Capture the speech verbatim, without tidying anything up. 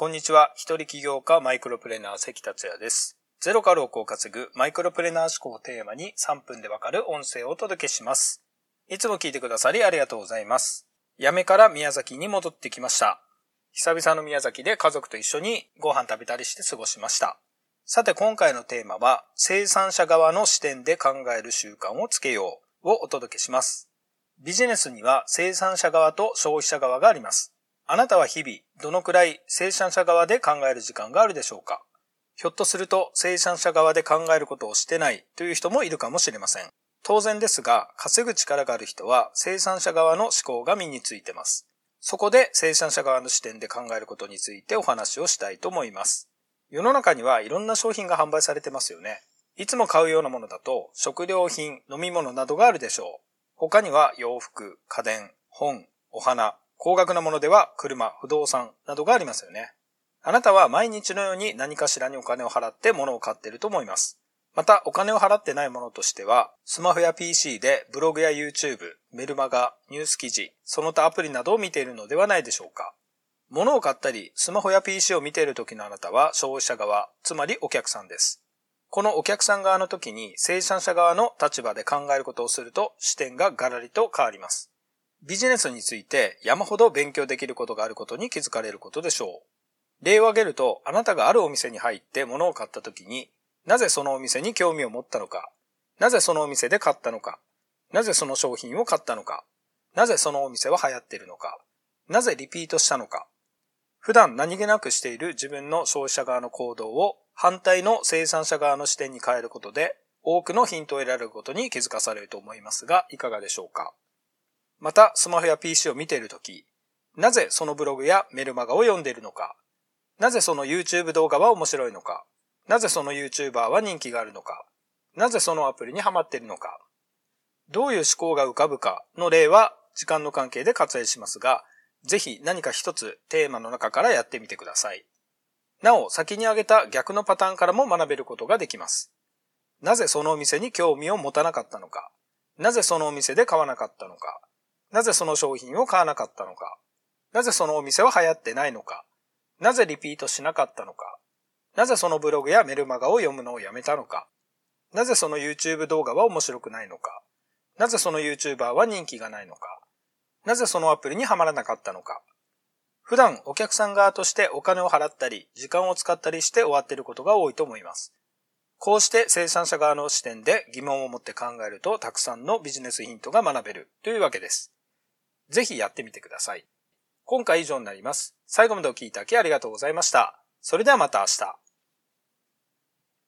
こんにちは。一人起業家マイクロプレーナー関達也です。ゼロから億を稼ぐマイクロプレーナー思考をテーマにさんぷんでわかる音声をお届けします。いつも聞いてくださりありがとうございます。辞めから宮崎に戻ってきました。久々の宮崎で家族と一緒にご飯食べたりして過ごしました。さて今回のテーマは生産者側の視点で考える習慣をつけようをお届けします。ビジネスには生産者側と消費者側があります。あなたは日々どのくらい生産者側で考える時間があるでしょうか？ひょっとすると生産者側で考えることをしてないという人もいるかもしれません。当然ですが、稼ぐ力がある人は生産者側の思考が身についています。そこで生産者側の視点で考えることについてお話をしたいと思います。世の中にはいろんな商品が販売されてますよね。いつも買うようなものだと食料品、飲み物などがあるでしょう。他には洋服、家電、本、お花、高額なものでは車、不動産などがありますよね。あなたは毎日のように何かしらにお金を払って物を買っていると思います。またお金を払ってないものとしては、スマホや ピーシー でブログや YouTube、メルマガ、ニュース記事、その他アプリなどを見ているのではないでしょうか。物を買ったり、スマホや ピーシー を見ている時のあなたは消費者側、つまりお客さんです。このお客さん側の時に生産者側の立場で考えることをすると視点がガラリと変わります。ビジネスについて山ほど勉強できることがあることに気づかれることでしょう。例を挙げると、あなたがあるお店に入って物を買った時に、なぜそのお店に興味を持ったのか、なぜそのお店で買ったのか、なぜその商品を買ったのか、なぜそのお店は流行っているのか、なぜリピートしたのか、普段何気なくしている自分の消費者側の行動を反対の生産者側の視点に変えることで、多くのヒントを得られることに気づかされると思いますが、いかがでしょうか。また、スマホや ピーシー を見ているとき、なぜそのブログやメルマガを読んでいるのか、なぜその YouTube 動画は面白いのか、なぜその YouTuber は人気があるのか、なぜそのアプリにハマっているのか、どういう思考が浮かぶかの例は時間の関係で割愛しますが、ぜひ何か一つテーマの中からやってみてください。なお、先に挙げた逆のパターンからも学べることができます。なぜそのお店に興味を持たなかったのか、なぜそのお店で買わなかったのか、なぜその商品を買わなかったのか、なぜそのお店は流行ってないのか、なぜリピートしなかったのか、なぜそのブログやメルマガを読むのをやめたのか、なぜその YouTube 動画は面白くないのか、なぜその YouTuber は人気がないのか、なぜそのアプリにはまらなかったのか。普段お客さん側としてお金を払ったり、時間を使ったりして終わっていることが多いと思います。こうして生産者側の視点で疑問を持って考えるとたくさんのビジネスヒントが学べるというわけです。ぜひやってみてください。今回以上になります。最後までお聞きいただきありがとうございました。それではまた明日。